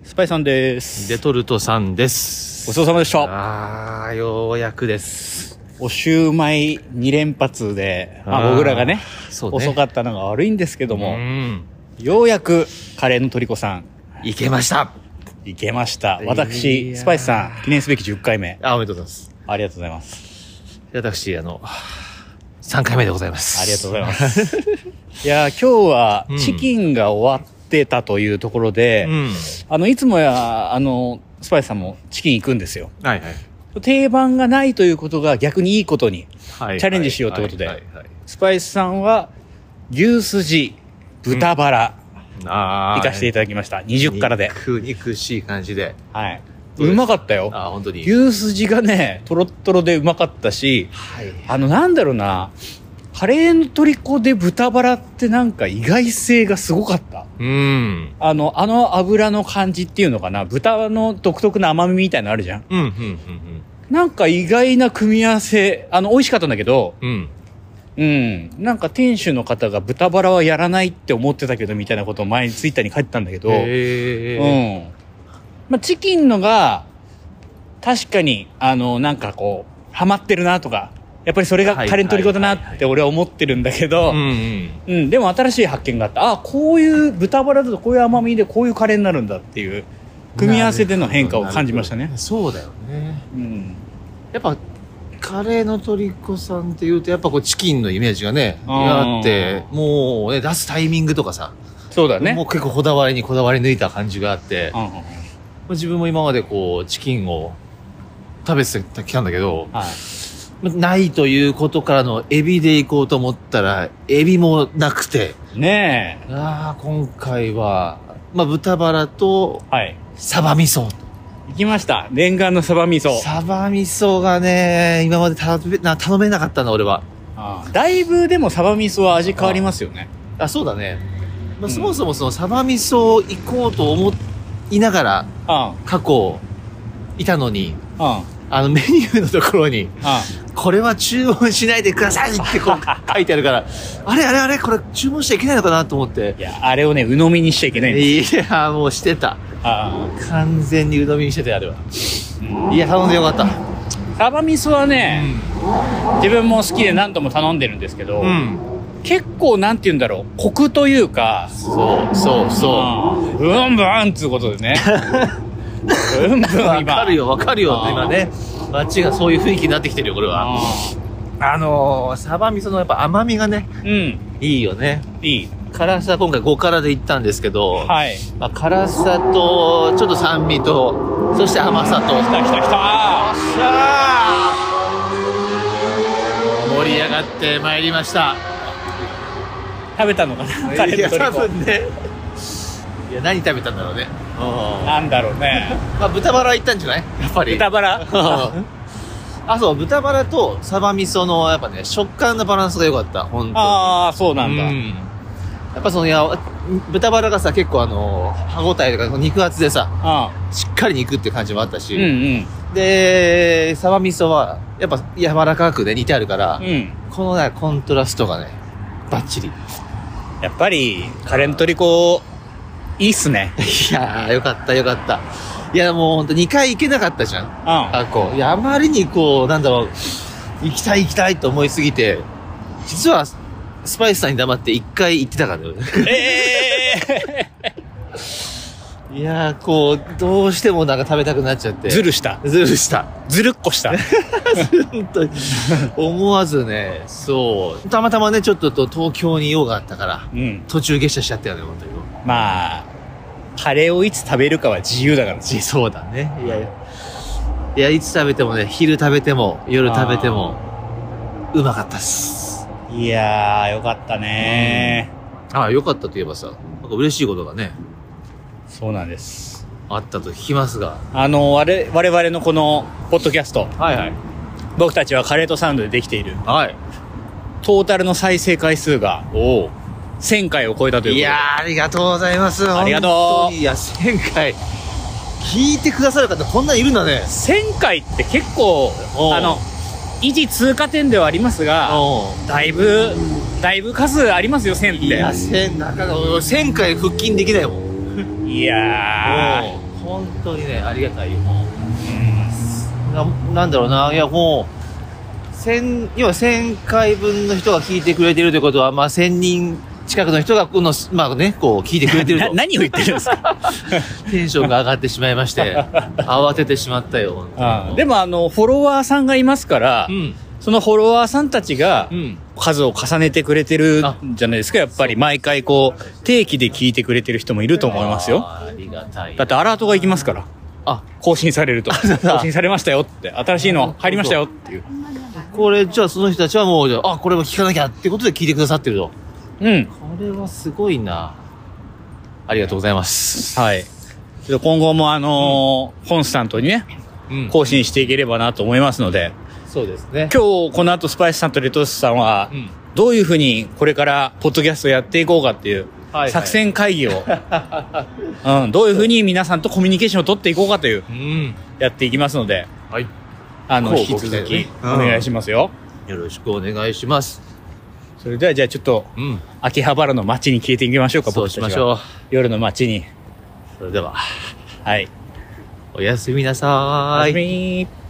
スパイさんです。 レトルトさんです。 ごちそうさまでした。 ようやくです。 おシューマイ2連発で、僕らがね、遅かったのが悪いんですけども、ようやくカレーのトリコさん。 いけました。 いけました。私、スパイスさん、記念すべき10回目。 おめでとうございます。 ありがとうございます。 私、3回目でございます。 ありがとうございます。いや、今日はチキンが終わってたというところで、いつもや、スパイスさんもチキン行くんですよ。はいはい。定番がないということが逆にいいことにチャレンジしようということで、スパイスさんは牛すじ、豚バラ、行かせていただきました。20からで。 肉しい感じで。 はい。うまかったよ。 本当に。 牛すじがね、トロットロでうまかったし、なんだろうな、カレーのトリコで豚バラってなんか意外性がすごかった。油の感じっていうのかな、豚の独特な甘みみたいなのあるじゃん。なんか意外な組み合わせ、美味しかったんだけど、なんか店主の方が豚バラはやらないって思ってたけどみたいなことを前にツイッターに書いてたんだけど、チキンのが確かになんかこうハマってるなとか、やっぱりそれがカレーのトリコだなって俺は思ってるんだけど、でも新しい発見があった。こういう豚バラだとこういう甘みでこういうカレーになるんだっていう組み合わせでの変化を感じましたね。 そうだよね。やっぱカレーのトリコさんっていうとやっぱこうチキンのイメージがねあって、もうね出すタイミングとかさ、 そうだね、もう結構こだわり抜いた感じがあって、自分も今までこうチキンを食べてきたんだけど、ないということからのエビで行こうと思ったらエビもなくてねえ、 今回は豚バラとサバ味噌行きました。念願のサバ味噌。 サバ味噌がね、今まで頼めなかったな、俺は。 だいぶでもサバ味噌は味変わりますよね。 そうだね。そもそもそのサバ味噌行こうと思いながら、過去いたのに、メニューのところに、これは注文しないでくださいってこう書いてあるから、あれこれ注文しちゃいけないのかなと思って。 いや、あれをね、鵜呑みにしちゃいけないんです。いや、もうしてた。完全に鵜呑みにしてた、あれは。いや、頼んでよかった。 サバ味噌はね、自分も好きで何度も頼んでるんですけど、結構なんて言うんだろう、コクというか、ブンブンつうことでね。ブンブンわかるよ、今ね。街がそういう雰囲気になってきてるよ、これは。サバ味噌のやっぱ甘みがね、いいよね。いい。辛さ、今回5辛でいったんですけど、辛さと、ちょっと酸味と、そして甘さと。 きた盛り上がってまいりました。 食べたのかな、カレーのトリコ。 多分ね。いや、何食べたんだろうね。 なんだろうね。 豚バラいったんじゃない？やっぱり。 豚バラそう、豚バラとサバ味噌の、やっぱね、食感のバランスが良かった、本当に。 そうなんだ。 やっぱ豚バラがさ、結構歯応えとか肉厚でさ、しっかり肉って感じもあったし、で、サバ味噌は、やっぱ柔らかくね、煮てあるから、このね、コントラストがね、バッチリ。 やっぱり、カレーのトリコ、いいっすね。 いやー、よかった。いや、もうほんと2回行けなかったじゃん。過去。いや、あまりにこう、なんだろう、行きたいと思いすぎて、実は、スパイスさんに黙って1回行ってたからね。いやー、こう、どうしてもなんか食べたくなっちゃって。 ずるっこした。 本当に。思わずね、そう。たまたまね、ちょっと東京に用があったから、途中下車しちゃったよね、本当に。 カレーをいつ食べるかは自由だから。 そうだね。いや、いつ食べてもね、昼食べても、夜食べても、うまかったっす。 いやー、よかったねー。よかったといえばさ、なんか嬉しいことがね。 そうなんです。 あったと聞きますが。 我々のこの、ポッドキャスト。僕たちはカレーとサウンドでできている。トータルの再生回数が、1000回を超えたということで。 いやー、ありがとうございます。 ありがとう。 いや、1000回。聞いてくださる方こんなんいるんだね。 1000回って結構、維持通過点ではありますが、だいぶ数ありますよ、1000って。 いや、1000回腹筋できないもん。 いやー、 当にね、ありがたいよ、もう。なんだろうな、いや、もう、要は1000回分の人が聞いてくれてるということは、まあ1000人近くの人が、まあね、こう、聞いてくれてると。 何を言ってるんですかテンションが上がってしまいまして、慌ててしまったよ。 でもフォロワーさんがいますから、そのフォロワーさんたちが、数を重ねてくれてるんじゃないですか、やっぱり。毎回こう、定期で聞いてくれてる人もいると思いますよ。 ありがたい。 だってアラートが行きますから。更新されると。更新されましたよって。新しいの入りましたよっていう。 これ、じゃあその人たちはもう、これは聞かなきゃってことで聞いてくださってると。これはすごいな。ありがとうございます。 はい。今後もコンスタントにね、更新していければなと思いますので。 そうですね。 今日、この後スパイスさんとレトスさんは、どういうふうにこれからポッドキャストやっていこうかっていう、作戦会議を、どういうふうに皆さんとコミュニケーションを取っていこうかという、やっていきますので、引き続きお願いしますよ。 よろしくお願いします。 それではじゃあちょっと、秋葉原の街に消えていきましょうか、 そうしましょう。 夜の街に。 それでは。 はい。 おやすみなさーい。 おやすみー。